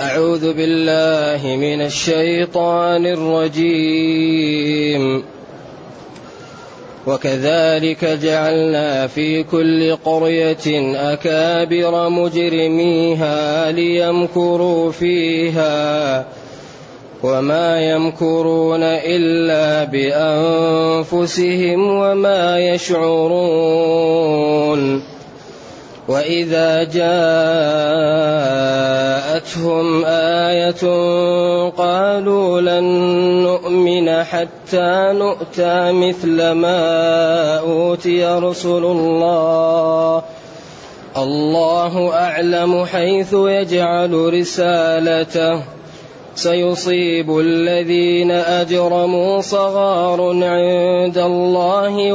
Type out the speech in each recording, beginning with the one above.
أعوذ بالله من الشيطان الرجيم. وكذلك جعلنا في كل قرية أكابر مجرميها ليمكروا فيها وما يمكرون إلا بأنفسهم وما يشعرون. وإذا جاءتهم آية قالوا لن نؤمن حتى نؤتى مثل ما أوتي رسل الله، الله أعلم حيث يجعل رسالته، سيصيب الذين أجرموا صغار عند الله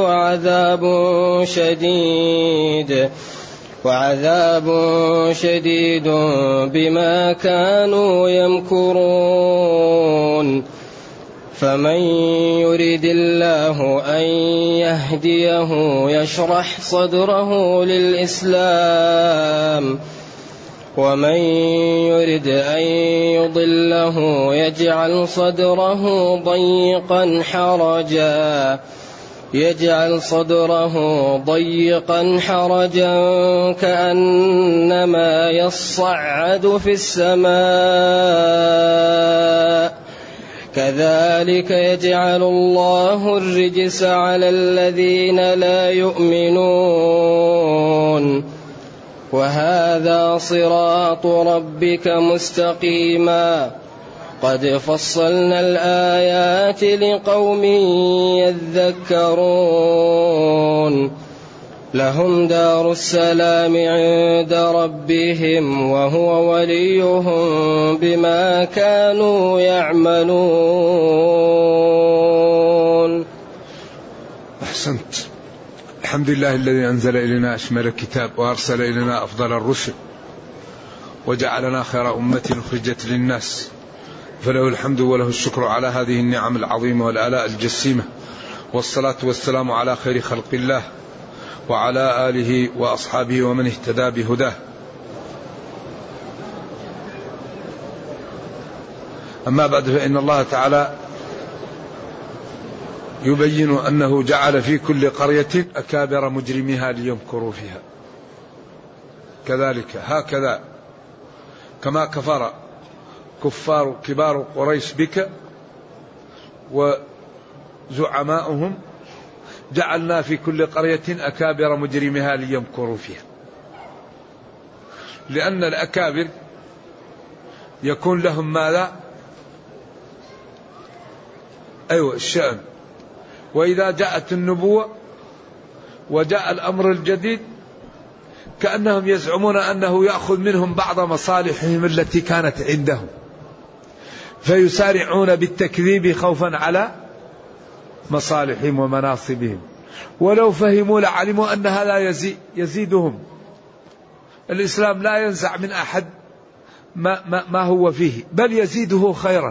وعذاب شديد بما كانوا يمكرون. فمن يريد الله أن يهديه يشرح صدره للإسلام، ومن يرد أن يضله يجعل صدره ضيقا حرجا كأنما يصعد في السماء، كذلك يجعل الله الرجس على الذين لا يؤمنون. وهذا صراط ربك مستقيما، قد فصلنا الآيات لقوم يذكرون. لهم دار السلام عند ربهم وهو وليهم بما كانوا يعملون. أحسنت. الحمد لله الذي أنزل إلينا أشمل الكتاب وأرسل إلينا أفضل الرسل وجعلنا خير أمة أخرجت للناس، فله الحمد وله الشكر على هذه النعم العظيمة والآلاء الجسيمة، والصلاة والسلام على خير خلق الله وعلى آله وأصحابه ومن اهتدى بهداه. أما بعد، فإن الله تعالى يبين أنه جعل في كل قرية أكابر مجرميها ليمكروا فيها، كذلك هكذا كما كفر كبار قريش بك وزعماؤهم، جعلنا في كل قرية أكابر مجرميها ليمكروا فيها. لأن الأكابر يكون لهم ماذا؟ الشأن. وإذا جاءت النبوة وجاء الأمر الجديد كأنهم يزعمون أنه يأخذ منهم بعض مصالحهم التي كانت عندهم، فيسارعون بالتكذيب خوفا على مصالحهم ومناصبهم. ولو فهموا لعلموا أن هذا يزيدهم. الإسلام لا ينزع من أحد ما هو فيه، بل يزيده خيرا.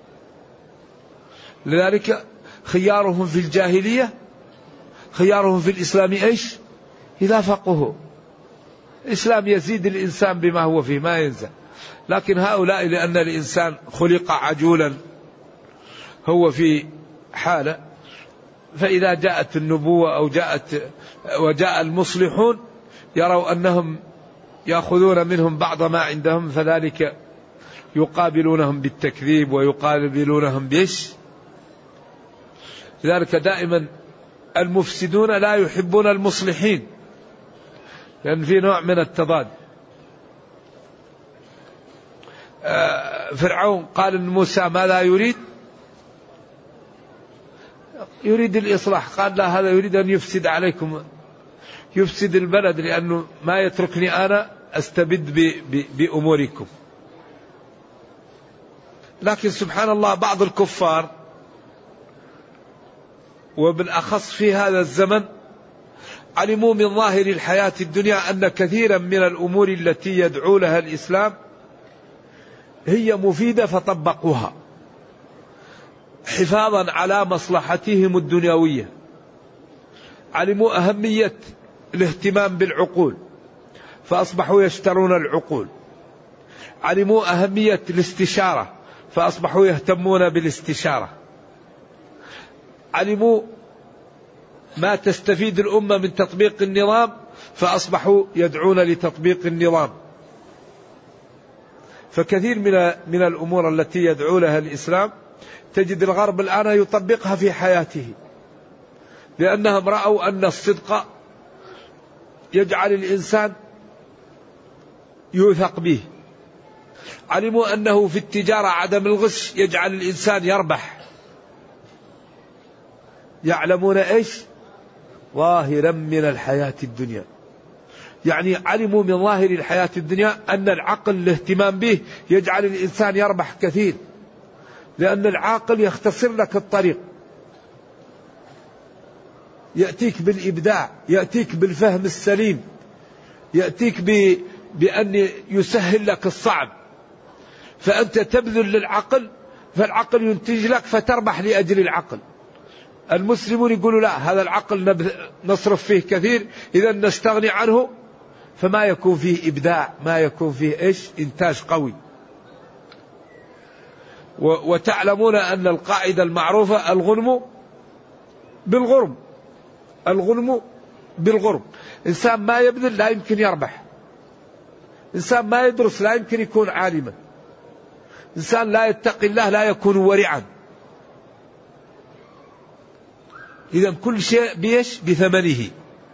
لذلك خيارهم في الجاهلية خيارهم في الإسلام إيش؟ إذا فقهوا. الإسلام يزيد الإنسان بما هو فيه، ما ينزع. لكن هؤلاء لأن الإنسان خلق عجولا هو في حالة، فإذا جاءت النبوة أو وجاء المصلحون يروا أنهم يأخذون منهم بعض ما عندهم، فذلك يقابلونهم بالتكذيب ويقابلونهم بإيش؟ لذلك دائما المفسدون لا يحبون المصلحين، لأن في نوع من التضاد. فرعون قال لموسى ماذا يريد؟ يريد الإصلاح. قال لا، هذا يريد أن يفسد عليكم، يفسد البلد، لأنه ما يتركني أنا أستبد بأموركم. لكن سبحان الله بعض الكفار وبالأخص في هذا الزمن علموا من ظاهر الحياة الدنيا أن كثيرا من الأمور التي يدعو لها الإسلام هي مفيدة فطبقوها حفاظا على مصلحتهم الدنيوية. علموا أهمية الاهتمام بالعقول فأصبحوا يشترون العقول. علموا أهمية الاستشارة فأصبحوا يهتمون بالاستشارة. علموا ما تستفيد الأمة من تطبيق النظام فأصبحوا يدعون لتطبيق النظام. فكثير من الأمور التي يدعو لها الإسلام تجد الغرب الآن يطبقها في حياته، لأنهم رأوا أن الصدق يجعل الإنسان يوثق به. علموا أنه في التجارة عدم الغش يجعل الإنسان يربح. يعلمون إيش؟ ظاهرا من الحياة الدنيا، يعني علموا من ظاهر الحياة الدنيا أن العقل الاهتمام به يجعل الإنسان يربح كثير، لأن العاقل يختصر لك الطريق، يأتيك بالإبداع، يأتيك بالفهم السليم، يأتيك بأن يسهل لك الصعب، فأنت تبذل للعقل فالعقل ينتج لك فتربح لأجل العقل. المسلمون يقولوا لا، هذا العقل نصرف فيه كثير، إذا نستغني عنه، فما يكون فيه إبداع، ما يكون فيه إيش؟ إنتاج قوي. وتعلمون أن القاعدة المعروفة الغنم بالغرم، الغنم بالغرم. إنسان ما يبذل لا يمكن يربح، إنسان ما يدرس لا يمكن يكون عالما، إنسان لا يتقي الله لا يكون ورعا. إذا كل شيء بيش بثمنه.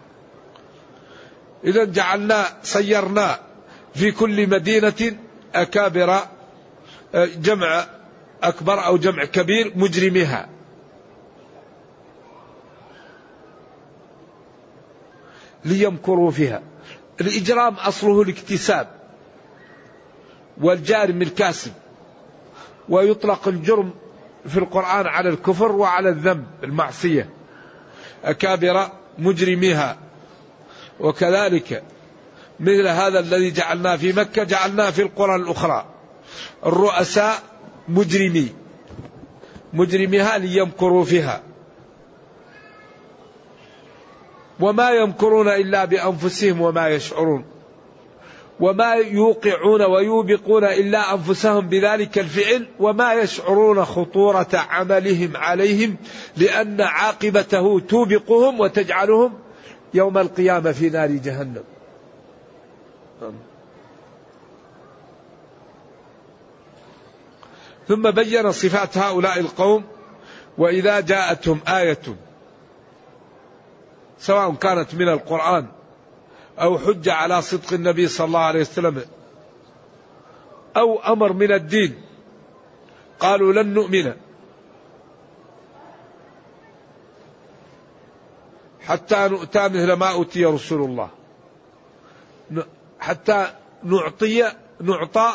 إذا جعلنا صيرنا في كل مدينة أكابر، جمع أكبر أو جمع كبير، مجرميها. ليمكروا فيها. الإجرام أصله الاكتساب، والجارم الكاسب، ويطلق الجرم في القرآن على الكفر وعلى الذنب المعصية. أكابر مجرميها. وكذلك مثل هذا الذي جعلناه في مكة جعلناه في القرى الأخرى. الرؤساء مجرميها ليمكروا فيها، وما يمكرون إلا بأنفسهم وما يشعرون، وما يوقعون ويوبقون إلا أنفسهم بذلك الفعل، وما يشعرون خطورة عملهم عليهم، لأن عاقبته توبقهم وتجعلهم يوم القيامة في نار جهنم. ثم بين صفات هؤلاء القوم. وإذا جاءتهم آية سواء كانت من القرآن أو حجة على صدق النبي صلى الله عليه وسلم أو أمر من الدين، قالوا لن نؤمن حتى نؤتى مثل ما أوتي رسول الله، حتى نعطى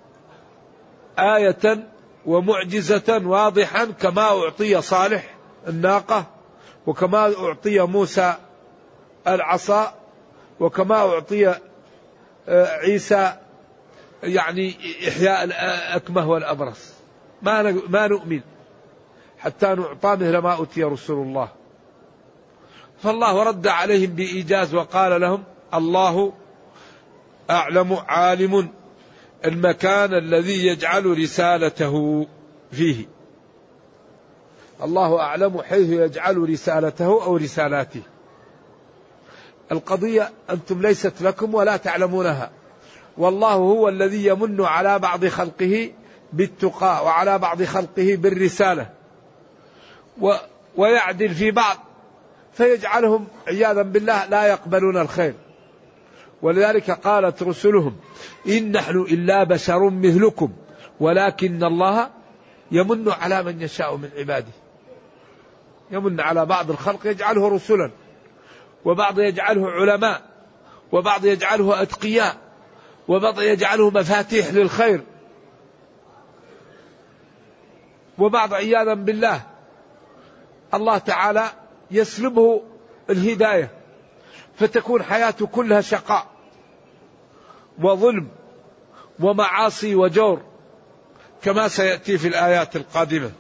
آية ومعجزة واضحا كما أعطي صالح الناقة، وكما أعطي موسى العصا، وكما أعطي عيسى يعني إحياء الأكمه والأبرص. ما نؤمن حتى نعطى مثل ما أوتي رسول الله. فالله رد عليهم بإيجاز وقال لهم الله أعلم عالم المكان الذي يجعل رسالته فيه. الله أعلم حيث يجعل رسالته أو رسالاته. القضية أنتم ليست لكم ولا تعلمونها، والله هو الذي يمن على بعض خلقه بالتقى وعلى بعض خلقه بالرسالة، ويعدل في بعض فيجعلهم عياذا بالله لا يقبلون الخير. ولذلك قالت رسلهم إن نحن إلا بشر مثلكم ولكن الله يمن على من يشاء من عباده. يمن على بعض الخلق يجعله رسلا، وبعض يجعله علماء، وبعض يجعله أتقياء، وبعض يجعله مفاتيح للخير، وبعض عياذا بالله الله تعالى يسلبه الهداية، فتكون حياته كلها شقاء وظلم ومعاصي وجور، كما سيأتي في الآيات القادمة.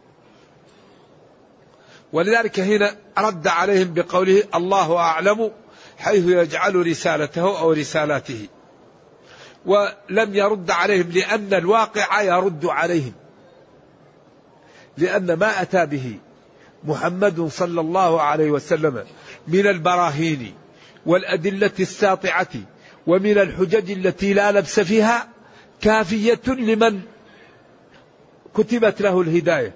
ولذلك هنا رد عليهم بقوله الله أعلم حيث يجعل رسالته أو رسالاته. ولم يرد عليهم لأن الواقع يرد عليهم، لأن ما أتى به محمد صلى الله عليه وسلم من البراهين والأدلة الساطعة ومن الحجج التي لا لبس فيها كافية لمن كتبت له الهداية.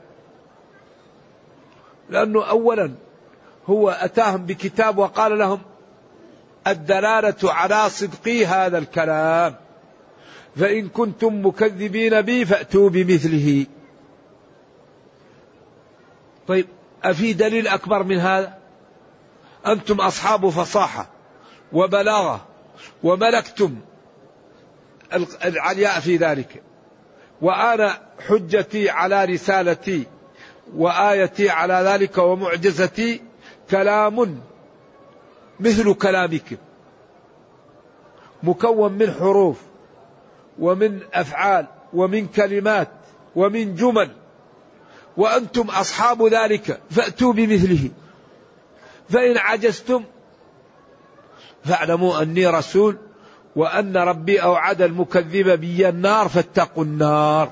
لأنه أولا هو أتاهم بكتاب وقال لهم الدلالة على صدق هذا الكلام، فإن كنتم مكذبين بي فأتوا بمثله. طيب أفي دليل أكبر من هذا؟ أنتم أصحاب فصاحة وبلاغة وملكتم العلياء في ذلك، وأنا حجتي على رسالتي وآيتي على ذلك ومعجزتي كلام مثل كلامكم، مكون من حروف ومن أفعال ومن كلمات ومن جمل، وأنتم أصحاب ذلك فأتوا بمثله. فإن عجزتم فاعلموا أني رسول وأن ربي أوعد المكذب بي النار فاتقوا النار.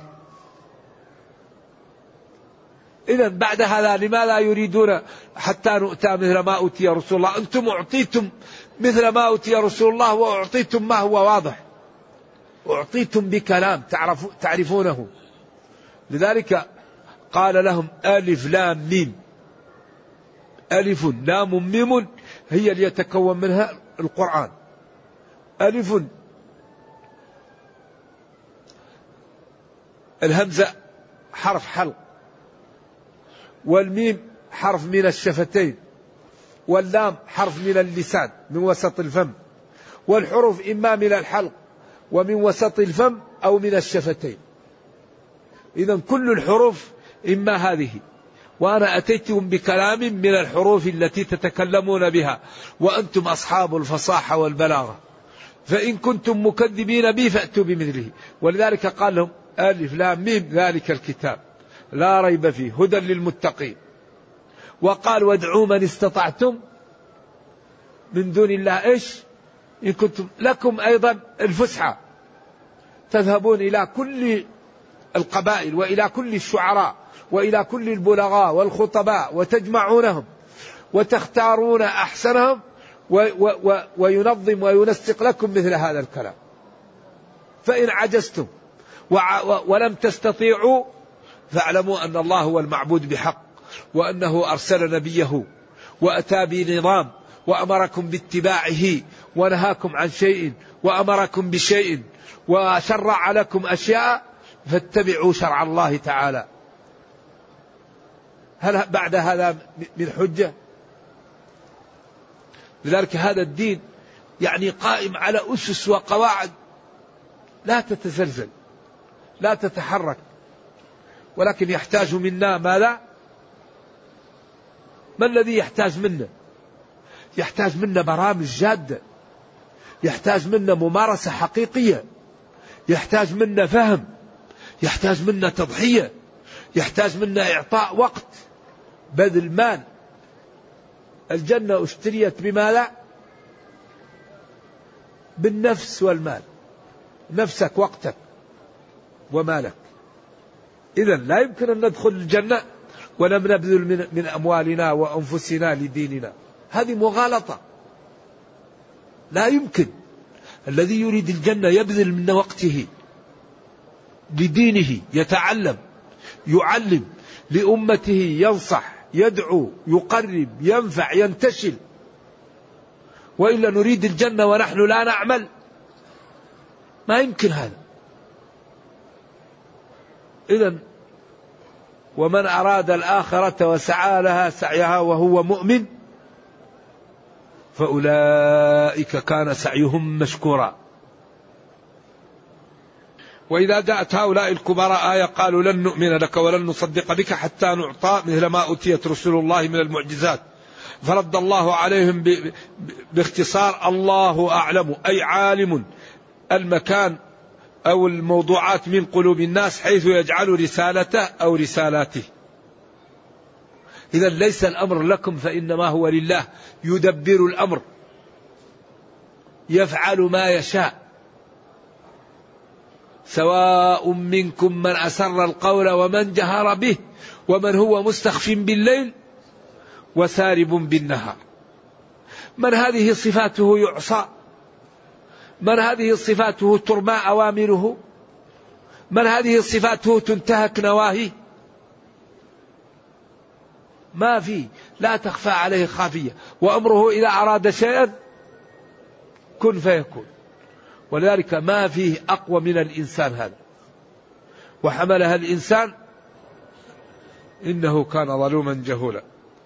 إذا بعد هذا لماذا يريدون حتى نؤتى مثل ما أوتي رسول الله؟ أنتم أعطيتم مثل ما أوتي رسول الله، وأعطيتم ما هو واضح، أعطيتم بكلام تعرفونه. لذلك قال لهم ألف لام ميم، ألف لام ميم هي اللي يتكون منها القرآن. ألف الهمزة حرف حلق، والميم حرف من الشفتين، واللام حرف من اللسان من وسط الفم، والحروف إما من الحلق ومن وسط الفم أو من الشفتين. إذن كل الحروف إما هذه، وأنا أتيتهم بكلام من الحروف التي تتكلمون بها، وأنتم أصحاب الفصاحة والبلاغة، فإن كنتم مكذبين بي فأتوا بمثله. ولذلك قال لهم ألف لام ميم ذلك الكتاب لا ريب فيه هدى للمتقين. وقال وادعوا من استطعتم من دون الله إيش إن كنتم لكم أيضا الفسحة، تذهبون إلى كل القبائل وإلى كل الشعراء وإلى كل البلغاء والخطباء وتجمعونهم وتختارون أحسنهم وينظم وينسق لكم مثل هذا الكلام. فإن عجزتم ولم تستطيعوا فاعلموا أن الله هو المعبود بحق، وأنه أرسل نبيه وأتى بنظام وأمركم باتباعه ونهاكم عن شيء وأمركم بشيء وشرع لكم أشياء فاتبعوا شرع الله تعالى. هل بعد هذا من حجة؟ لذلك هذا الدين يعني قائم على أسس وقواعد لا تتزلزل لا تتحرك، ولكن يحتاج منا ماذا؟ ما الذي يحتاج منا؟ يحتاج منا برامج جادة، يحتاج منا ممارسة حقيقية، يحتاج منا فهم، يحتاج منا تضحية، يحتاج منا إعطاء وقت، بذل مال. الجنة اشتريت بماذا؟ بالنفس والمال، نفسك وقتك ومالك. إذن لا يمكن أن ندخل الجنة ولم نبذل من أموالنا وأنفسنا لديننا، هذه مغالطة، لا يمكن. الذي يريد الجنة يبذل من وقته لدينه، يتعلم يعلم لأمته، ينصح يدعو يقرب ينفع ينتشل. وإلا نريد الجنة ونحن لا نعمل، ما يمكن هذا. إذن ومن أراد الآخرة وسعى لها سعيها وهو مؤمن فأولئك كان سعيهم مشكورا. وإذا جاءت هؤلاء الكبراء آية قالوا لن نؤمن لك ولن نصدق بك حتى نعطى مثل ما أوتيت رسل الله من المعجزات. فرد الله عليهم باختصار الله أعلم، أي عالم المكان أو الموضوعات من قلوب الناس حيث يجعل رسالته أو رسالاته. إذا ليس الأمر لكم فإنما هو لله، يدبر الأمر يفعل ما يشاء. سواء منكم من أسر القول ومن جهر به ومن هو مستخف بالليل وسارب بالنهار. من هذه صفاته يعصى؟ من هذه صفاته ترمى أوامره؟ من هذه صفاته تنتهك نواهيه؟ ما في، لا تخفى عليه خافية، وأمره إذا أراد شيئا كن فيكون. ولذلك ما فيه أقوى من الإنسان هذا، وحملها الإنسان إنه كان ظلوما جهولا.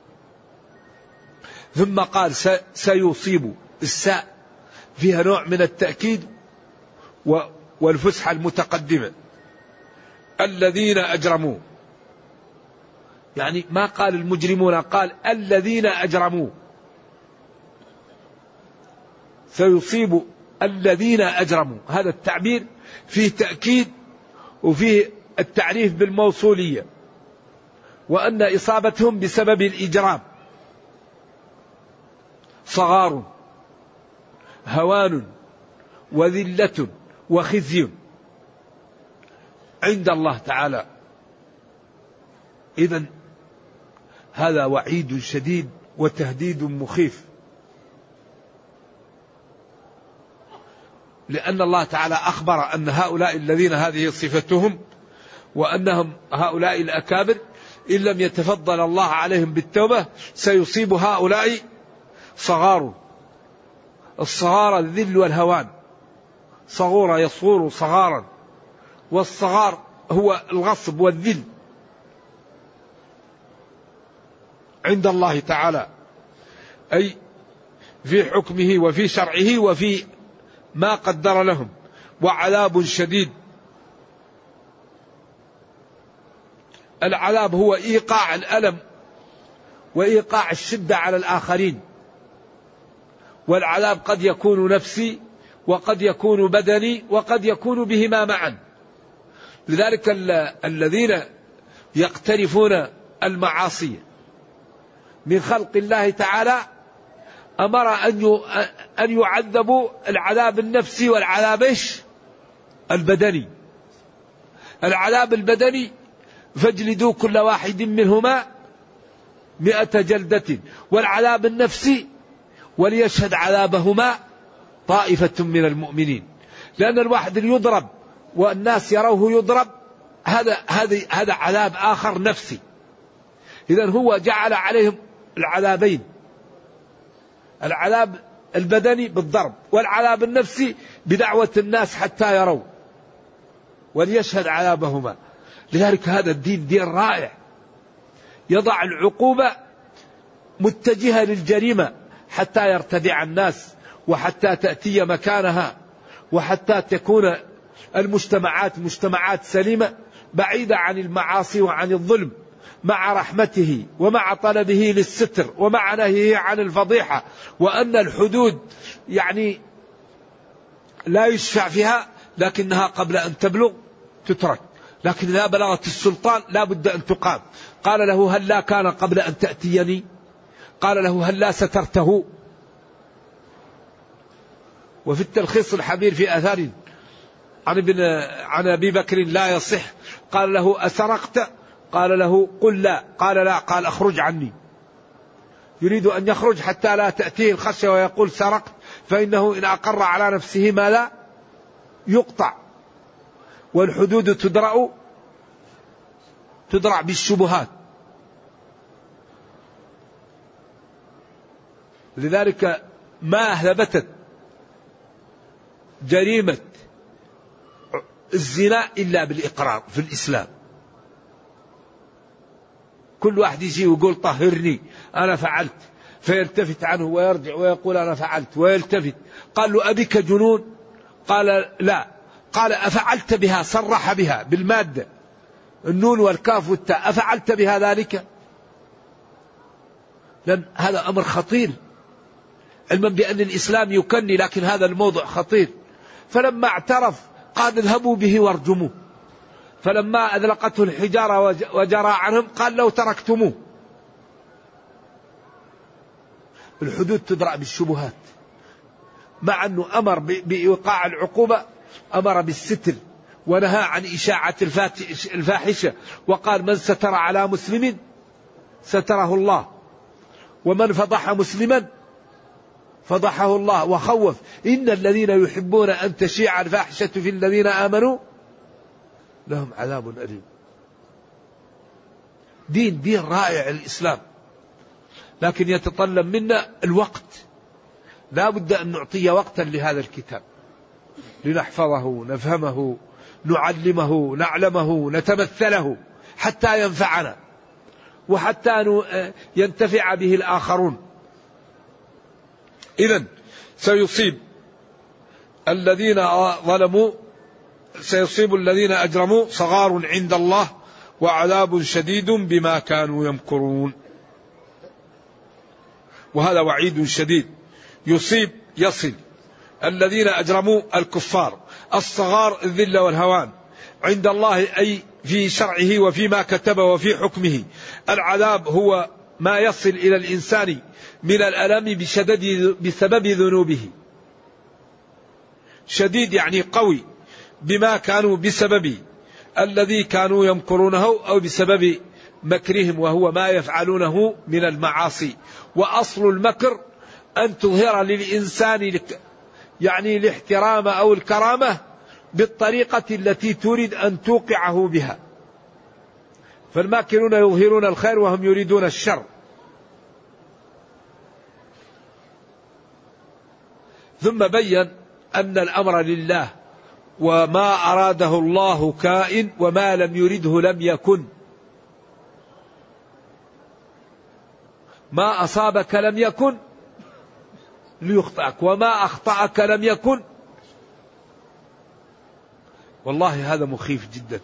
ثم قال سيصيب، الساء فيها نوع من التأكيد والفسحة المتقدمة، الذين أجرموا، يعني ما قال المجرمون، قال الذين أجرموا. سيصيب الذين أجرموا، هذا التعبير فيه تأكيد وفيه التعريف بالموصولية، وأن إصابتهم بسبب الإجرام صغار هوان وذلة وخزي عند الله تعالى. إذن هذا وعيد شديد وتهديد مخيف، لأن الله تعالى أخبر أن هؤلاء الذين هذه صفتهم وأنهم هؤلاء الأكابر إن لم يتفضل الله عليهم بالتوبة سيصيب هؤلاء صغار. الصغار الذل والهوان، صغور يصغر صغارا، والصغار هو الغصب والذل عند الله تعالى، أي في حكمه وفي شرعه وفي ما قدر لهم، وعذاب شديد. العذاب هو إيقاع الألم وإيقاع الشدة على الآخرين، والعذاب قد يكون نفسي وقد يكون بدني وقد يكون بهما معا. لذلك الذين يقترفون المعاصي من خلق الله تعالى أمر أن يعذبوا العذاب النفسي والعذاب البدني. العذاب البدني فاجلدوا كل واحد منهما 100 جلدة، والعذاب النفسي وليشهد عذابهما طائفة من المؤمنين. لأن الواحد يضرب والناس يروه يضرب، هذا عذاب آخر نفسي. إذن هو جعل عليهم العذابين، العذاب البدني بالضرب والعذاب النفسي بدعوة الناس حتى يروا وليشهد عذابهما. لذلك هذا الدين دين رائع، يضع العقوبة متجهة للجريمة حتى يرتدع الناس وحتى تأتي مكانها، وحتى تكون المجتمعات مجتمعات سليمة بعيدة عن المعاصي وعن الظلم، مع رحمته ومع طلبه للستر ومع نهيه عن الفضيحة. وأن الحدود يعني لا يشفع فيها، لكنها قبل أن تبلغ تترك، لكن إذا بلغت السلطان لا بد أن تقام. قال له هل لا كان قبل أن تأتيني؟ قال له هل لا سترته؟ وفي التلخيص الحبير في أثار عن أبي بكر لا يصح، قال له أسرقت؟ قال له قل لا، قال لا، قال أخرج عني. يريد أن يخرج حتى لا تأتيه الخشية ويقول سرقت، فإنه إن أقر على نفسه ما لا يقطع. والحدود تدرع بالشبهات. لذلك ما ثبتت جريمة الزنا إلا بالإقرار في الإسلام. كل واحد يجي ويقول طهرني أنا فعلت، فيلتفت عنه ويرجع ويقول أنا فعلت ويلتفت. قال له أبك جنون؟ قال لا. قال أفعلت بها؟ صرح بها بالمادة النون والكاف والتاء، أفعلت بها ذلك؟ لأن هذا أمر خطير، علما بأن الإسلام يكني، لكن هذا الموضوع خطير. فلما اعترف قال اذهبوا به وارجموه، فلما أذلقته الحجارة وجرى عنهم قال لو تركتموه. الحدود تدرأ بالشبهات، مع أنه أمر بإيقاع العقوبة، أمر بالستر ونهى عن إشاعة الفاحشة، وقال من ستر على مسلم ستره الله، ومن فضح مسلما فضحه الله، وخوف إن الذين يحبون أن تشيع الفاحشة في الذين آمنوا لهم عذاب أليم. دين رائع الإسلام، لكن يتطلب منا الوقت. لا بد أن نعطي وقتا لهذا الكتاب لنحفظه، نفهمه، نعلمه، نعلمه، نتمثله حتى ينفعنا وحتى ينتفع به الآخرون. إذن سيصيب الذين أجرموا صغار عند الله وعذاب شديد بما كانوا يمكرون. وهذا وعيد شديد يصل الذين أجرموا الكفار، الصغار الذل والهوان عند الله، أي في شرعه وفيما كتب وفي حكمه. العذاب هو ما يصل إلى الإنسان من الألم بسبب ذنوبه. شديد يعني قوي، بما كانوا بسبب الذي كانوا يمكرونه أو بسبب مكرهم، وهو ما يفعلونه من المعاصي. وأصل المكر أن تظهر للإنسان يعني الاحترام أو الكرامة بالطريقة التي تريد أن توقعه بها. فالماكرون يظهرون الخير وهم يريدون الشر. ثم بين أن الأمر لله، وما أراده الله كائن، وما لم يرده لم يكن. ما أصابك لم يكن ليخطئك، وما أخطأك لم يكن. والله هذا مخيف جدا.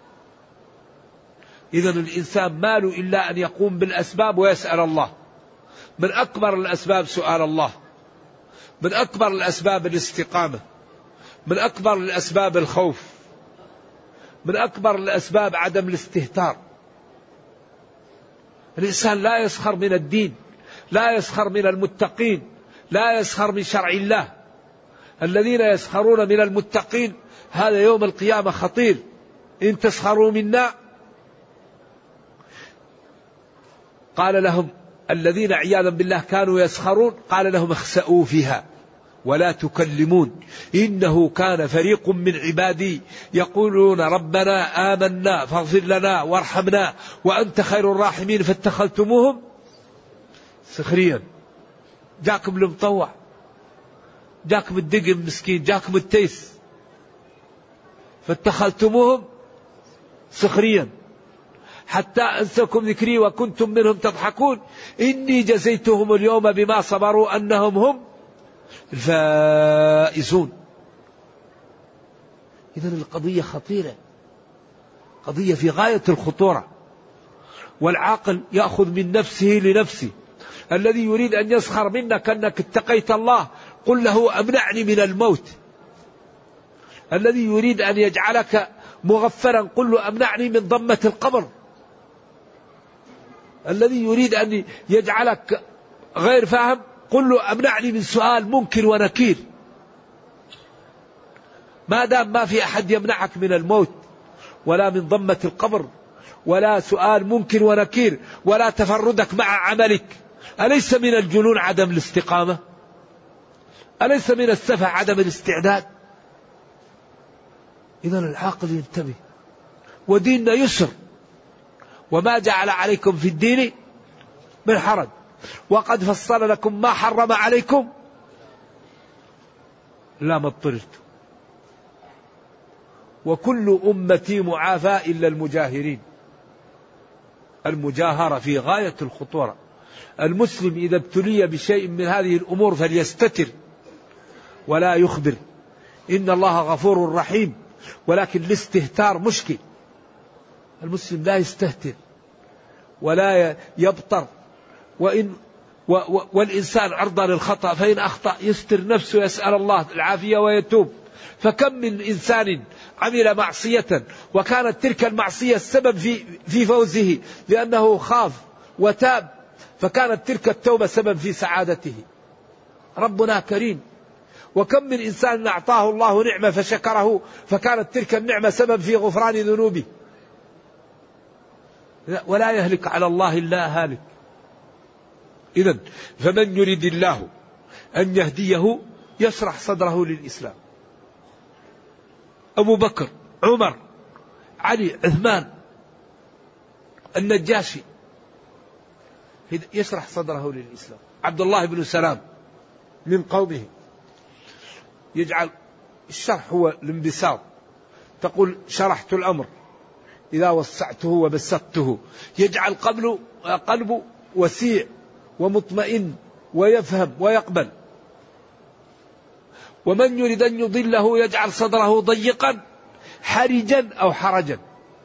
إذن الإنسان ما له إلا أن يقوم بالأسباب ويسأل الله. من أكبر الأسباب سؤال الله، من أكبر الأسباب الاستقامة، من أكبر الأسباب الخوف، من أكبر الأسباب عدم الاستهتار. الإنسان لا يسخر من الدين، لا يسخر من المتقين، لا يسخر من شرع الله. الذين يسخرون من المتقين هذا يوم القيامة خطير. إن تسخروا منا، قال لهم الذين عياذا بالله كانوا يسخرون، قال لهم اخسئوا فيها ولا تكلمون إنه كان فريق من عبادي يقولون ربنا آمنا فاغفر لنا وارحمنا وأنت خير الراحمين فاتخذتموهم سخريا. جاكم المطوع، جاكم الدقم مسكين، جاكم التيس، فاتخذتموهم سخريا حتى أنسكم ذكري وكنتم منهم تضحكون إني جزيتهم اليوم بما صبروا أنهم هم الفائزون. إذن القضية خطيرة، قضية في غاية الخطورة. والعاقل يأخذ من نفسه لنفسه. الذي يريد أن يسخر منك أنك اتقيت الله قل له أمنعني من الموت. الذي يريد أن يجعلك مغفلا قل له أمنعني من ضمة القبر. الذي يريد أن يجعلك غير فاهم قل له أمنعني من سؤال منكر ونكير. ما دام ما في أحد يمنعك من الموت ولا من ضمة القبر ولا سؤال منكر ونكير ولا تفردك مع عملك، أليس من الجنون عدم الاستقامة؟ أليس من السفه عدم الاستعداد؟ إذن العاقل ينتبه. وديننا يسر، وما جعل عليكم في الدين من حرج، وقد فصل لكم ما حرم عليكم لا ما اضطررتم، وكل أمتي معافى إلا المجاهرين. المجاهرة في غاية الخطورة. المسلم إذا ابتلي بشيء من هذه الأمور فليستتر ولا يخبر. إن الله غفور رحيم، ولكن الاستهتار مشكل. المسلم لا يستهتر ولا يبطر، والإنسان عرضة للخطأ، فإن أخطأ يستر نفسه يسأل الله العافية ويتوب. فكم من إنسان عمل معصية وكانت تلك المعصية السبب في فوزه لأنه خاف وتاب، فكانت تلك التوبة سبب في سعادته. ربنا كريم وكم من إنسان أعطاه الله نعمة فشكره فكانت تلك النعمة سبب في غفران ذنوبه. ولا يهلك على الله إلا هالك. إذن فمن يريد الله أن يهديه يشرح صدره للإسلام. أبو بكر، عمر، علي، عثمان، النجاشي يشرح صدره للإسلام. عبد الله بن سلام من قومه يجعل الشرح هو الانبساط. تقول شرحت الأمر إذا وسعته وبسطته، يجعل قلبه وسيع ومطمئن ويفهم ويقبل. ومن يريد أن يضله يجعل صدره ضيقا حرجا أو حرجا.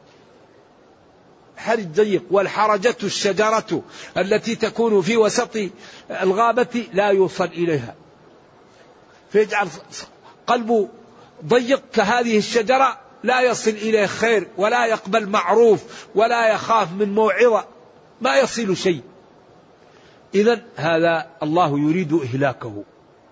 حرج ضيق، والحرجة الشجرة التي تكون في وسط الغابة لا يوصل إليها، فيجعل قلبه ضيق كهذه الشجرة لا يصل إليه خير ولا يقبل معروف ولا يخاف من موعظة، ما يصل شيء. إذن هذا الله يريد إهلاكه،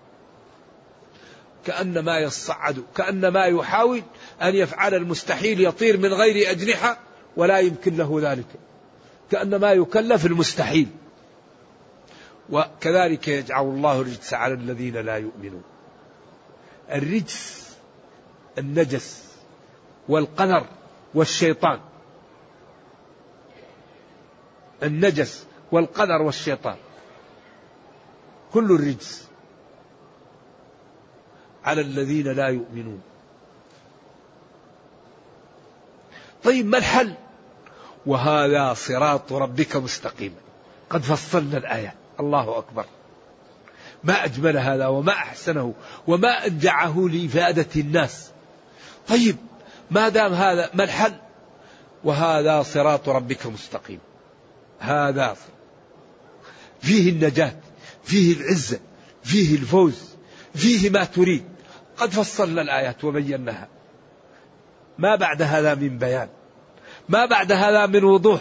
كأنما يصعد، كأنما يحاول أن يفعل المستحيل، يطير من غير أجنحة ولا يمكن له ذلك، كأنما يكلف المستحيل. وكذلك يجعل الله الرجس على الذين لا يؤمنون. الرجس النجس والقدر والشيطان، النجس والقدر والشيطان كل الرجس على الذين لا يؤمنون. طيب ما الحل؟ وهذا صراط ربك مستقيما. قد فصلنا الآيات. الله أكبر، ما أجمل هذا وما أحسنه وما أنجعه لإفادة الناس. طيب ما دام هذا ما الحل؟ وهذا صراط ربك مستقيم. هذا فيه النجاة، فيه العزة، فيه الفوز، فيه ما تريد. قد فصلنا الآيات وبيناها. ما بعد هذا من بيان، ما بعد هذا من وضوح.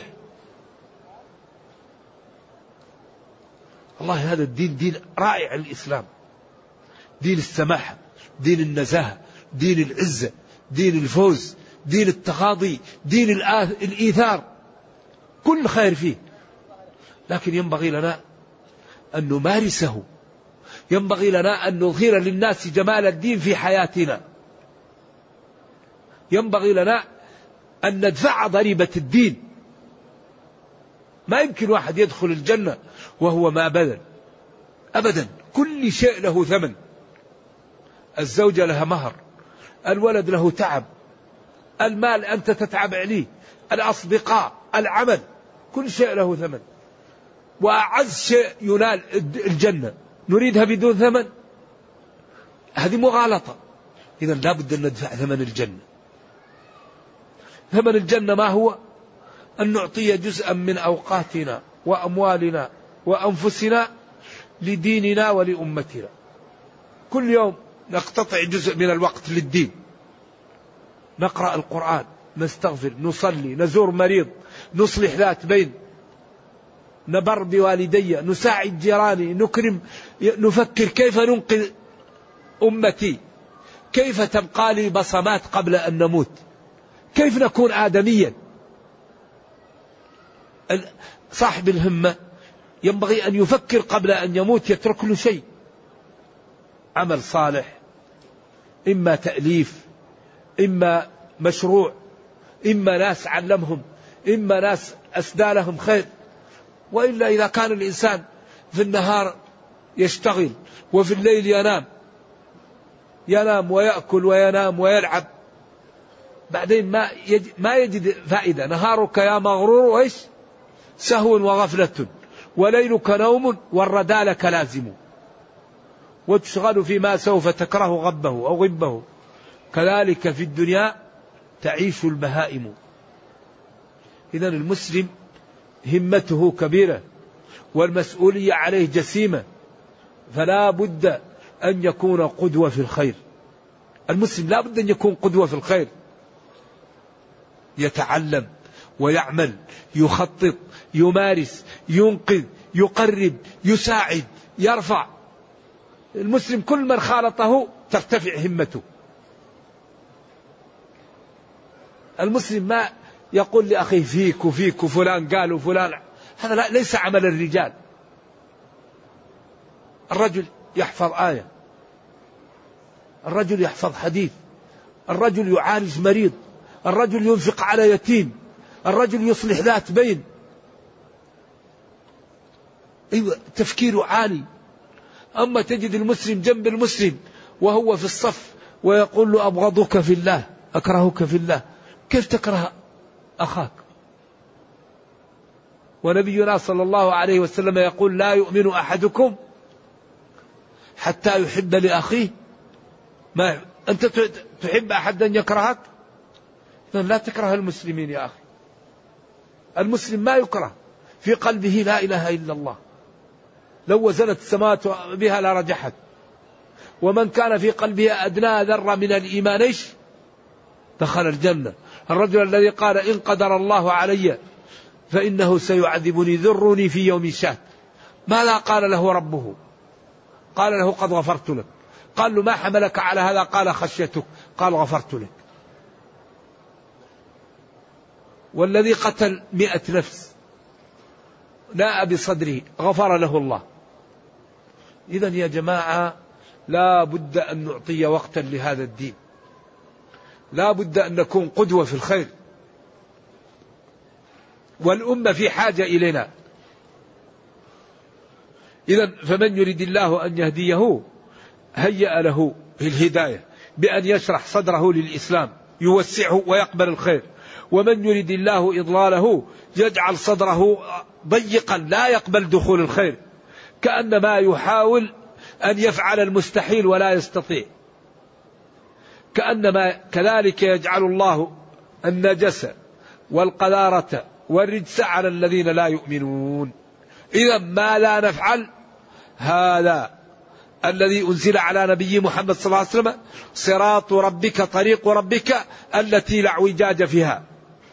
الله هذا الدين دين رائع. الإسلام دين السماحة، دين النزاهة، دين العزة، دين الفوز، دين التغاضي، دين الإيثار، كل خير فيه. لكن ينبغي لنا أن نمارسه، ينبغي لنا أن نظهر للناس جمال الدين في حياتنا، ينبغي لنا أن ندفع ضريبة الدين. ما يمكن واحد يدخل الجنة وهو ما بذل أبدا. كل شيء له ثمن. الزوجة لها مهر، الولد له تعب، المال أنت تتعب عليه، الأصدقاء، العمل، كل شيء له ثمن. وأعز شيء ينال الجنة نريدها بدون ثمن، هذه مغالطة. إذن لا بد أن ندفع ثمن الجنة. ثمن الجنة ما هو؟ أن نعطي جزءا من أوقاتنا وأموالنا وأنفسنا لديننا ولأمتنا. كل يوم نقتطع جزء من الوقت للدين، نقرأ القرآن، نستغفر، نصلي، نزور مريض، نصلح ذات بين، نبر بوالدي، نساعد جيراني، نكرم، نفكر كيف ننقذ أمتي، كيف تبقى لي بصمات قبل أن نموت، كيف نكون آدميا. صاحب الهمة ينبغي أن يفكر قبل أن يموت، يترك له شيء، عمل صالح، إما تأليف، إما مشروع، إما ناس علمهم، إما ناس أسدى لهم خير. وإلا إذا كان الإنسان في النهار يشتغل وفي الليل ينام ويأكل وينام ويلعب، بعدين ما يجد فائدة. نهارك يا مغرور وإيش؟ سهو وغفلة، وليلك نوم، والردى لك لازم، وتشغل فيما سوف تكره غبه أو غبه، كذلك في الدنيا تعيش البهائم. إذن المسلم همته كبيرة والمسؤولية عليه جسيمة، فلا بد أن يكون قدوة في الخير. المسلم لا بد أن يكون قدوة في الخير، يتعلم ويعمل، يخطط، يمارس، ينقذ، يقرب، يساعد، يرفع. المسلم كل من خالطه ترتفع همته. المسلم ما يقول لأخيه فيك وفيك وفلان قال وفلان، هذا لا، ليس عمل الرجال. الرجل يحفظ آية، الرجل يحفظ حديث، الرجل يعالج مريض، الرجل ينفق على يتيم، الرجل يصلح ذات بين. أيوة، تفكيره عالي. أما تجد المسلم جنب المسلم وهو في الصف ويقول له أبغضك في الله، أكرهك في الله. كيف تكره أخاك؟ ونبينا صلى الله عليه وسلم يقول لا يؤمن أحدكم حتى يحب لأخيه ما أنت تحب أحد أن يكرهك. لا تكره المسلمين يا أخي. المسلم ما يكره، في قلبه لا إله إلا الله، لو وزنت السماوات بها لرجحت. ومن كان في قلبه أدنى ذرة من الإيمان إيش؟ دخل الجنة. الرجل الذي قال إن قدر الله علي فإنه سيعذبني ذرني في يوم شات، ماذا قال له ربه؟ قال له قد غفرت لك. قال له ما حملك على هذا؟ قال خشيتك. قال غفرت لك. والذي قتل 100 نفس لا بصدره غفر له الله. إذن يا جماعة لا بد أن نعطي وقتا لهذا الدين، لا بد أن نكون قدوة في الخير، والأمة في حاجة إلينا. إذن فمن يريد الله أن يهديه هيأ له الهداية بأن يشرح صدره للإسلام، يوسعه ويقبل الخير. ومن يريد الله إضلاله يجعل صدره ضيقا لا يقبل دخول الخير، كأنما يحاول أن يفعل المستحيل ولا يستطيع. كأنما كذلك يجعل الله النجس والقذارة والرجس على الذين لا يؤمنون. إذا ما لا نفعل هذا الذي أنزل على نبي محمد صلى الله عليه وسلم صراط ربك طريق ربك التي لا اعوجاج فيها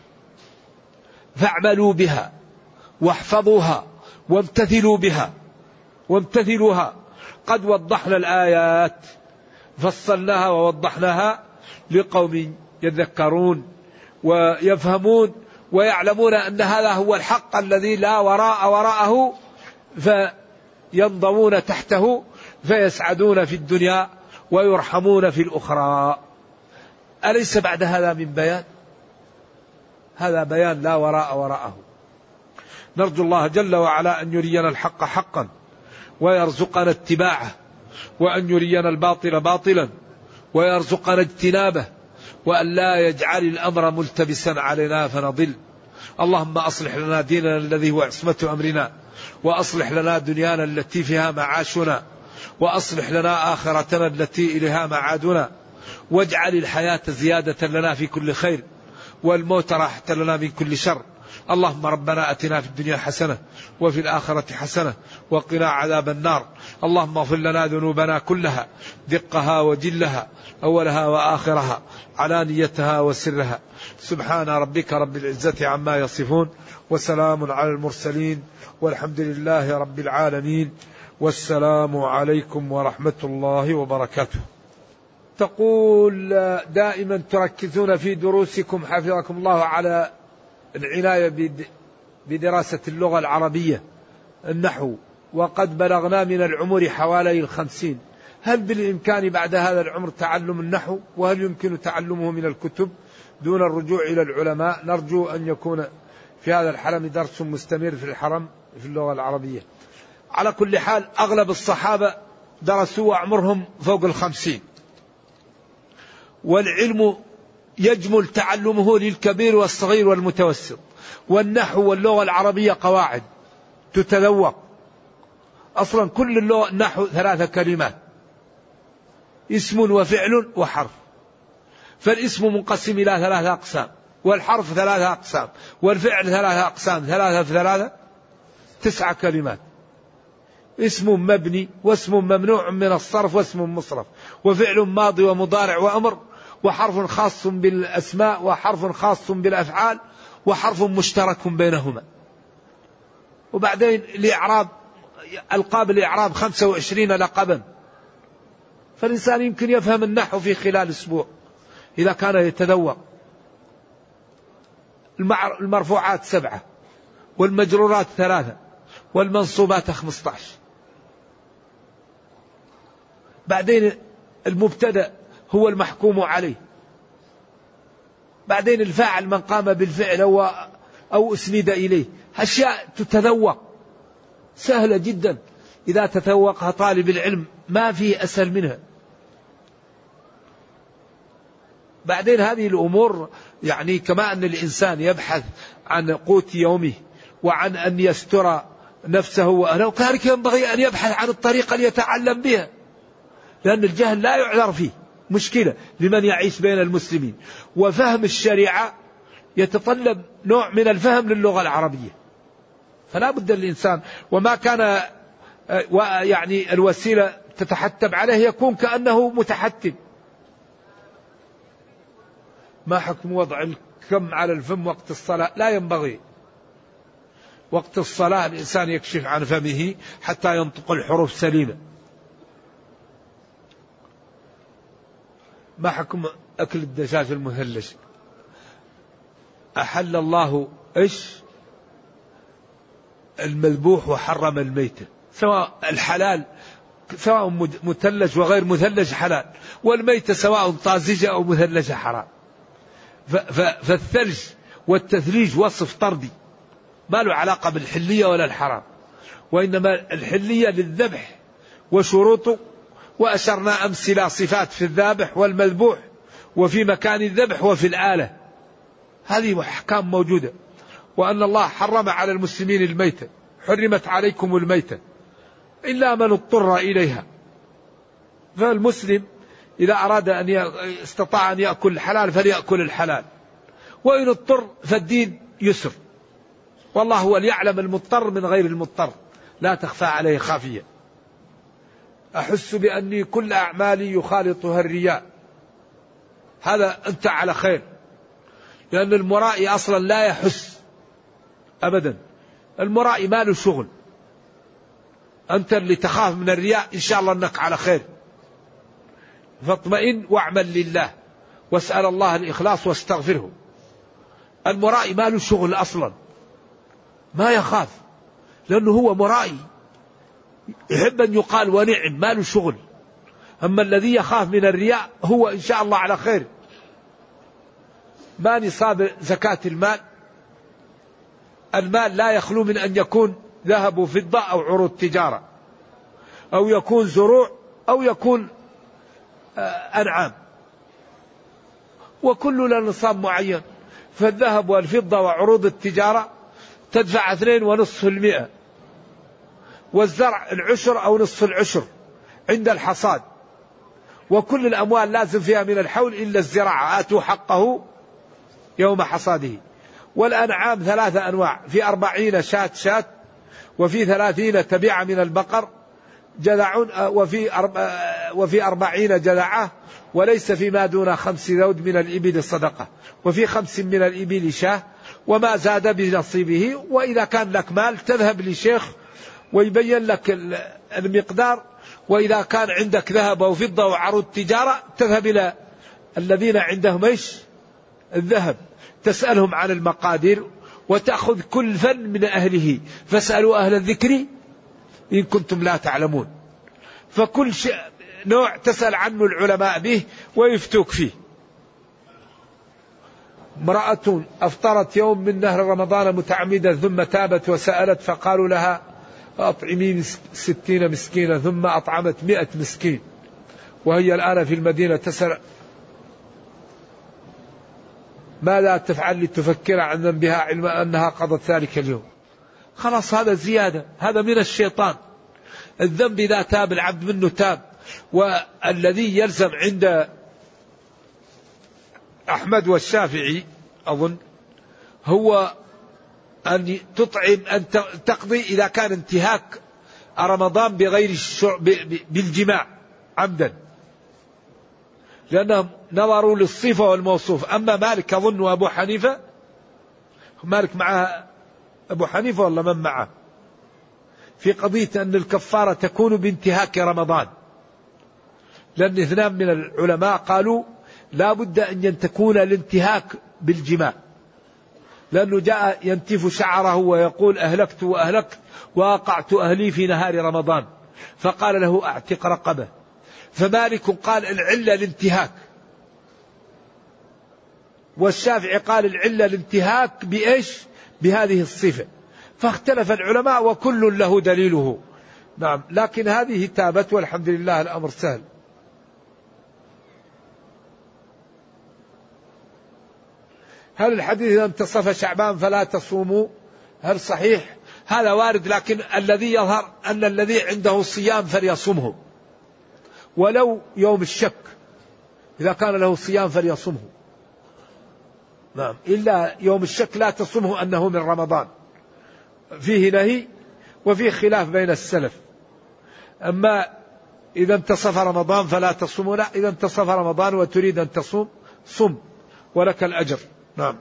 فاعملوا بها واحفظوها وامتثلوا بها وامتثلوها. قد وضحنا الآيات فصلناها ووضحناها لقوم يذكرون ويفهمون ويعلمون أن هذا هو الحق الذي لا وراءه، فينضمون تحته فيسعدون في الدنيا ويرحمون في الأخرى. أليس بعد هذا من بيان؟ هذا بيان لا وراءه. نرجو الله جل وعلا أن يرينا الحق حقا ويرزقنا اتباعه، وأن يرينا الباطل باطلا ويرزقنا اجتنابه، وأن لا يجعل الأمر ملتبسا علينا فنضل. اللهم أصلح لنا ديننا الذي هو عصمة أمرنا، وأصلح لنا دنيانا التي فيها معاشنا، وأصلح لنا آخرتنا التي إليها معادنا، واجعل الحياة زيادة لنا في كل خير والموت راحة لنا من كل شر. اللهم ربنا أتنا في الدنيا حسنة وفي الآخرة حسنة وقنا عذاب النار. اللهم اغفر لنا ذنوبنا كلها دقها وجلها أولها وآخرها علانيتها وسرها. سبحان ربك رب العزة عما يصفون وسلام على المرسلين والحمد لله رب العالمين. والسلام عليكم ورحمة الله وبركاته. تقول دائما تركزون في دروسكم حفظكم الله على العناية بدراسة اللغة العربية النحو، وقد بلغنا من العمر حوالي 50. هل بالإمكان بعد هذا العمر تعلم النحو؟ وهل يمكن تعلمه من الكتب دون الرجوع إلى العلماء؟ نرجو أن يكون في هذا الحرم درس مستمر في الحرم في اللغة العربية. على كل حال أغلب الصحابة درسوا وعمرهم فوق 50، والعلم يجمل تعلمه للكبير والصغير والمتوسط. والنحو واللغة العربية قواعد تتذوق. أصلا كل اللغة النحو 3 كلمات: اسم وفعل وحرف. فالاسم منقسم إلى 3 أقسام، والحرف 3 أقسام، والفعل 3 أقسام، 3 في 3 9 كلمات. اسم مبني، واسم ممنوع من الصرف، واسم مصرف، وفعل ماضي ومضارع وأمر، وحرف خاص بالأسماء، وحرف خاص بالأفعال، وحرف مشترك بينهما. وبعدين الإعراب، ألقاب الإعراب 25 لقبا فالإنسان يمكن يفهم النحو في خلال أسبوع إذا كان يتذوق. المرفوعات 7 والمجرورات 3 والمنصوبات 15. بعدين المبتدأ هو المحكوم عليه، بعدين الفاعل من قام بالفعل أو أسند إليه. أشياء تتذوق سهلة جدا إذا تذوقها طالب العلم، ما فيه أسهل منها. بعدين هذه الأمور يعني كما أن الإنسان يبحث عن قوت يومه وعن أن يستر نفسه وأهله، كذلك ينبغي أن يبحث عن الطريقة ليتعلم بها، لأن الجهل لا يعذر فيه، مشكلة لمن يعيش بين المسلمين. وفهم الشريعة يتطلب نوع من الفهم للغة العربية، فلا بد الإنسان وما كان يعني الوسيلة تتحتم عليه يكون كأنه متحتم. ما حكم وضع الكم على الفم وقت الصلاة؟ لا ينبغي. وقت الصلاة الإنسان يكشف عن فمه حتى ينطق الحروف سليمة. ما حكم أكل الدجاج المثلج؟ أحل الله المذبوح وحرم الميتة، سواء الحلال سواء مثلج وغير مثلج حلال، والميتة سواء طازجة أو مثلجة حرام. فالثلج والتثليج وصف طردي ما له علاقة بالحلية ولا الحرام، وإنما الحلية للذبح وشروطه، وأشرنا أمثلة صفات في الذابح والمذبوح وفي مكان الذبح وفي الآلة، هذه أحكام موجودة. وأن الله حرم على المسلمين الميتة، حرمت عليكم الميتة إلا من اضطر إليها. فالمسلم إذا أراد أن استطاع أن يأكل الحلال فليأكل الحلال، وإن اضطر فالدين يسر، والله هو يعلم المضطر من غير المضطر، لا تخفى عليه خافية. أحس بأني كل أعمالي يخالطها الرياء، هذا أنت على خير، لأن المرائي أصلا لا يحس أبدا، المرائي ما له شغل. أنت اللي تخاف من الرياء إن شاء الله أنك على خير، فاطمئن واعمل لله واسأل الله الإخلاص واستغفره. المرائي ما له شغل أصلا، ما يخاف لأنه هو مرائي، يحب أن يقال ونعم، ما له شغل. أما الذي يخاف من الرياء هو إن شاء الله على خير. ما نصاب زكاة المال؟ المال لا يخلو من أن يكون ذهب وفضة أو عروض تجارة، أو يكون زروع، أو يكون أنعام، وكل له نصاب معين. فالذهب والفضة وعروض التجارة تدفع 2.5%، والزرع 10 أو نصف العشر عند الحصاد، وكل الأموال لازم فيها من الحول إلا الزراعة، آتوا حقه يوم حصاده. والأنعام 3 أنواع، في 40 شاة، وفي 30 تبيعة من البقر جذع، وفي 40 جذعة، وليس فيما دون 5 ذود من الإبل صدقة، وفي 5 من الإبل شاه، وما زاد بنصيبه. وإذا كان لك مال تذهب لشيخ ويبين لك المقدار، وإذا كان عندك ذهب وفضة وعروض تجارة تذهب إلى الذين عندهم الذهب، تسألهم عن المقادير، وتأخذ كل فن من أهله، فاسألوا أهل الذكر إن كنتم لا تعلمون. فكل نوع تسأل عنه العلماء به ويفتوك فيه. امرأة أفطرت يوم من نهر رمضان متعمدة ثم تابت وسألت فقالوا لها أطعمي 60 مسكينة، ثم أطعمت 100 مسكين، وهي الآن في المدينة تسأل ماذا تفعل لتفكر عن ذنبها علم أنها قضت ذلك اليوم. خلاص هذا زيادة، هذا من الشيطان. الذنب إذا تاب العبد منه تاب. والذي يلزم عند أحمد والشافعي أظن هو أن تطعم، أن تقضي إذا كان انتهاك رمضان بغير بالجماع عمدا، لأنهم نظروا للصفة والموصوف. أما مالك أظن وأبو حنيفة، مالك مع أبو حنيفة ولا من معه في قضية أن الكفارة تكون بانتهاك رمضان، لأن اثنان من العلماء قالوا لا بد أن تكون الانتهاك بالجماع، لأنه جاء ينتف شعره ويقول أهلكت وأهلكت وأقعت أهلي في نهار رمضان، فقال له أعتق رقبة. فمالك قال العلة الانتهاك، والشافعي قال العلة الانتهاك بإيش؟ بهذه الصفة. فاختلف العلماء وكل له دليله. نعم، لكن هذه تابت والحمد لله الأمر سهل. هل الحديث إذا انتصف شعبان فلا تصوموا هل صحيح؟ هذا وارد، لكن الذي يظهر أن الذي عنده صيام فليصمه ولو يوم الشك، إذا كان له صيام فليصمه. نعم، إلا يوم الشك لا تصمه أنه من رمضان، فيه نهي وفيه خلاف بين السلف. أما إذا انتصف رمضان فلا تصوموا، لا، إذا انتصف رمضان وتريد أن تصوم صم ولك الأجر. نعم.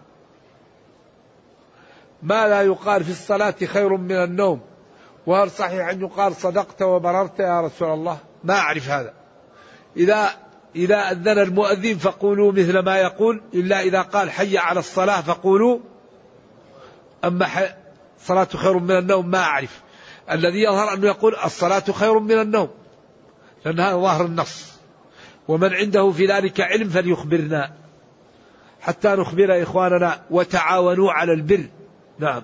ما لا يقال في الصلاة خير من النوم، وهل صحيح أن يقال صدقت وبررت يا رسول الله؟ ما أعرف هذا. إذا أذن المؤذن فقولوا مثل ما يقول، إلا إذا قال حي على الصلاة فقولوا. أما صلاة خير من النوم ما أعرف. الذي يظهر أنه يقول الصلاة خير من النوم، لأن هذا ظاهر النص. ومن عنده في ذلك علم فليخبرنا حتى نخبر إخواننا. وتعاونوا على البر. نعم.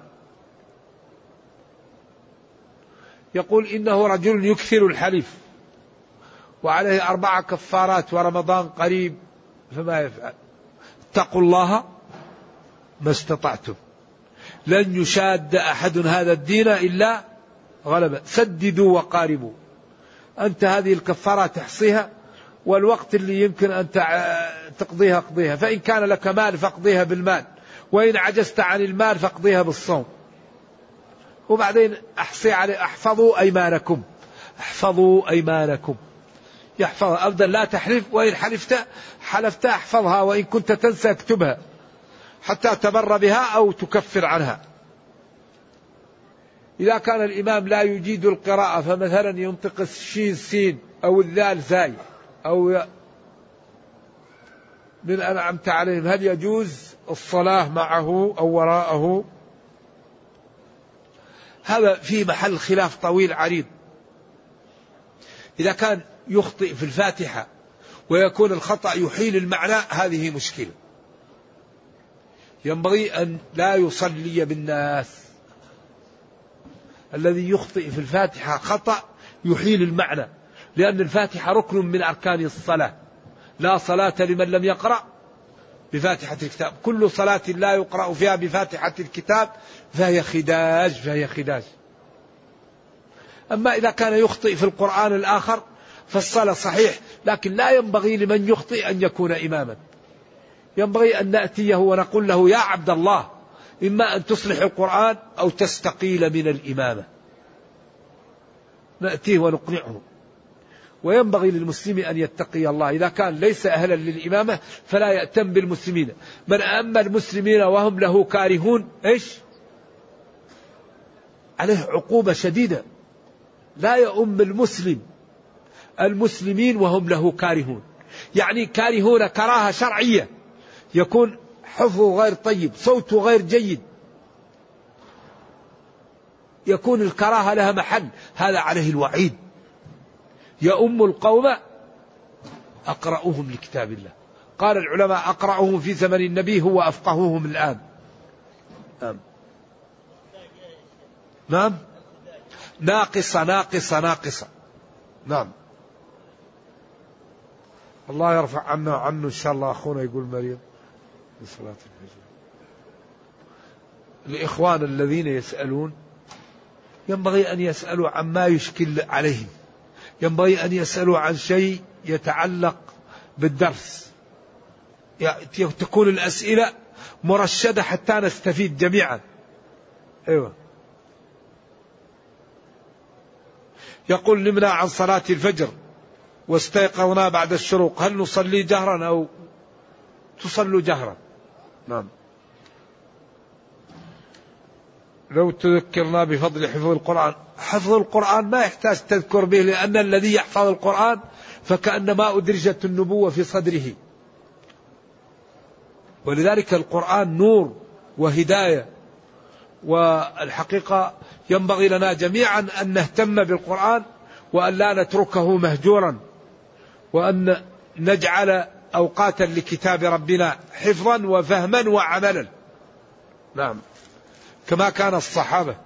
يقول إنه رجل يكثر الحلف وعليه 4 كفارات ورمضان قريب، فما يفعل؟ اتقوا الله ما استطعتم، لن يشاد أحد هذا الدين إلا غلبة. سددوا وقاربوا. أنت هذه الكفارات تحصيها، والوقت اللي يمكن أن تقضيها قضيها. فإن كان لك مال فاقضيها بالمال، وإن عجزت عن المال فاقضيها بالصوم. وبعدين احفظوا أيمانكم، احفظوا أيمانكم. يحفظها أبدا، لا تحلف، وإن حلفت احفظها، وإن كنت تنسى اكتبها حتى تبر بها أو تكفر عنها. إذا كان الإمام لا يجيد القراءة، فمثلا ينطق الشين سين أو الذال زاي أو من أنعمت عليهم، هل يجوز الصلاة معه أو وراءه؟ هذا في محل خلاف طويل عريض. إذا كان يخطئ في الفاتحة ويكون الخطأ يحيل المعنى، هذه مشكلة. ينبغي أن لا يصلي بالناس. الذي يخطئ في الفاتحة خطأ يحيل المعنى، لأن الفاتحة ركن من أركان الصلاة. لا صلاة لمن لم يقرأ بفاتحة الكتاب. كل صلاة لا يقرأ فيها بفاتحة الكتاب فهي خداج. أما إذا كان يخطئ في القرآن الآخر فالصلاة صحيح، لكن لا ينبغي لمن يخطئ أن يكون إماما. ينبغي أن نأتيه ونقول له يا عبد الله، إما أن تصلح القرآن أو تستقيل من الإمامة. نأتيه ونقنعه. وينبغي للمسلم أن يتقي الله. إذا كان ليس أهلا للإمامة فلا يأتم بالمسلمين. من أما المسلمين وهم له كارهون، إيش؟ عليه عقوبة شديدة. لا يؤم المسلمين وهم له كارهون، يعني كارهون كراهة شرعية، يكون حفظه غير طيب، صوته غير جيد، يكون الكراهة لها محل، هذا عليه الوعيد. يؤم القوم أقرأوهم لكتاب الله. قال العلماء أقرأوهم في زمن النبي هو أفقهوهم الآن. نعم. ناقصة. نعم. الله يرفع عنا عنه إن شاء الله. أخونا يقول مريض لصلاة الفجر. الإخوان الذين يسألون ينبغي أن يسألوا عما يشكل عليهم، ينبغي أن يسألوا عن شيء يتعلق بالدرس، تكون الأسئلة مرشدة حتى نستفيد جميعا. أيوة. يقول نمنا عن صلاة الفجر واستيقظنا بعد الشروق، هل نصلي جهرا أو تصلوا جهرا؟ نعم. لو تذكرنا بفضل حفظ القرآن. حفظ القرآن ما يحتاج تذكر به، لأن الذي يحفظ القرآن فكأنما أدرجت النبوة في صدره. ولذلك القرآن نور وهداية. والحقيقة ينبغي لنا جميعا أن نهتم بالقرآن وأن لا نتركه مهجورا، وأن نجعل أوقاتا لكتاب ربنا حفظا وفهما وعملا. نعم، كما كان الصحابة.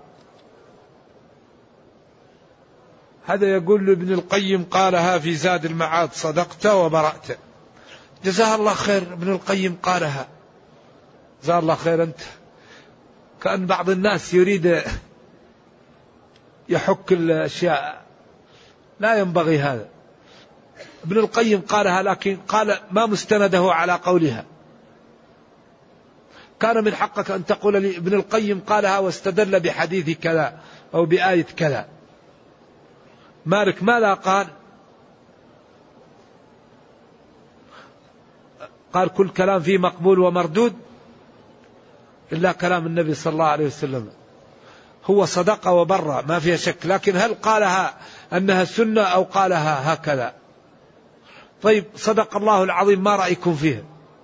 هذا يقول لابن القيم قالها في زاد المعاد: صدقت وبرأت. جزاه الله خير، ابن القيم قالها، جزاه الله خير. أنت كأن بعض الناس يريد يحك الأشياء، لا ينبغي هذا. ابن القيم قالها، لكن قال ما مستنده على قولها. كان من حقك أن تقول لي ابن القيم قالها واستدل بحديث كذا أو بآية كذا. مالك ماذا قال؟ قال كل كلام فيه مقبول ومردود إلا كلام النبي صلى الله عليه وسلم. هو صدق وبر ما فيها شك، لكن هل قالها أنها سنة أو قالها هكذا؟ طيب صدق الله العظيم، ما رأيكم فيها؟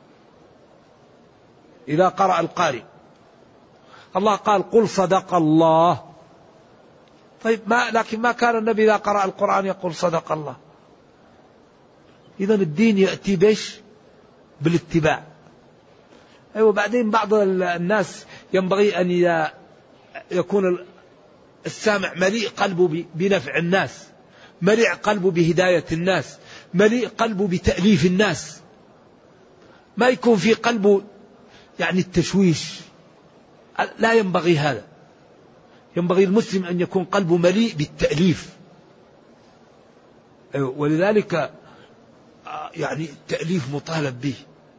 إذا قرأ القارئ الله قال قل صدق الله، طيب لكن ما كان النبي إذا قرأ القرآن يقول صدق الله. إذن الدين يأتي بيش؟ بالاتباع. أيوة. بعدين بعض الناس ينبغي أن يكون السامع مليء قلبه بنفع الناس، مليء قلبه بهداية الناس، مليء قلبه بتأليف الناس، ما يكون في قلبه يعني التشويش. لا ينبغي هذا. ينبغي المسلم أن يكون قلبه مليء بالتأليف. ولذلك يعني التأليف مطالب به،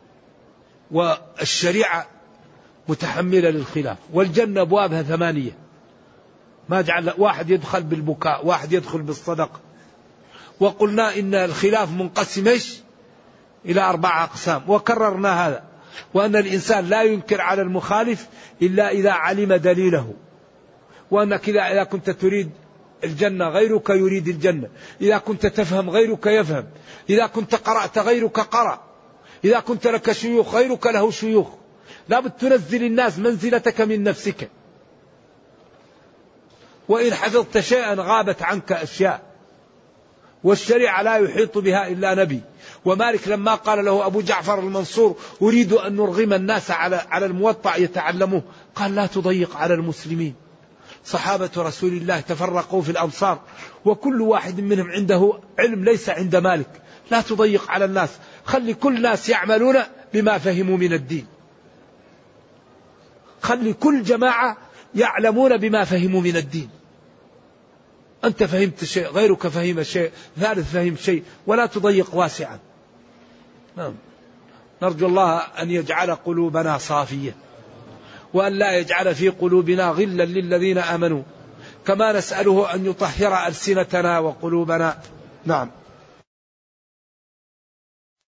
والشريعة متحملة للخلاف. والجنة أبوابها 8، ما جعل واحد يدخل بالبكاء، واحد يدخل بالصدقة. وقلنا إن الخلاف منقسم إلى 4 أقسام، وكررنا هذا، وأن الإنسان لا ينكر على المخالف إلا إذا علم دليله، وأنك إذا كنت تريد الجنة غيرك يريد الجنة، إذا كنت تفهم غيرك يفهم، إذا كنت قرأت غيرك قرأ، إذا كنت لك شيوخ غيرك له شيوخ. لا بد تنزل الناس منزلتك من نفسك. وإن حفظت شيئا غابت عنك أشياء، والشريعة لا يحيط بها إلا نبي. ومالك لما قال له أبو جعفر المنصور أريد أن نرغم الناس على الموطأ يتعلموه، قال لا تضيق على المسلمين. صحابة رسول الله تفرقوا في الأمصار وكل واحد منهم عنده علم ليس عند مالك. لا تضيق على الناس، خلي كل الناس يعملون بما فهموا من الدين، خلي كل جماعة يعلمون بما فهموا من الدين. أنت فهمت شيء، غيرك فهم شيء، ثالث فهم شيء، ولا تضيق واسعا. نرجو الله أن يجعل قلوبنا صافية، وأن لا يجعل في قلوبنا غلا للذين آمنوا، كما نسأله أن يطهر ألسنتنا وقلوبنا. نعم.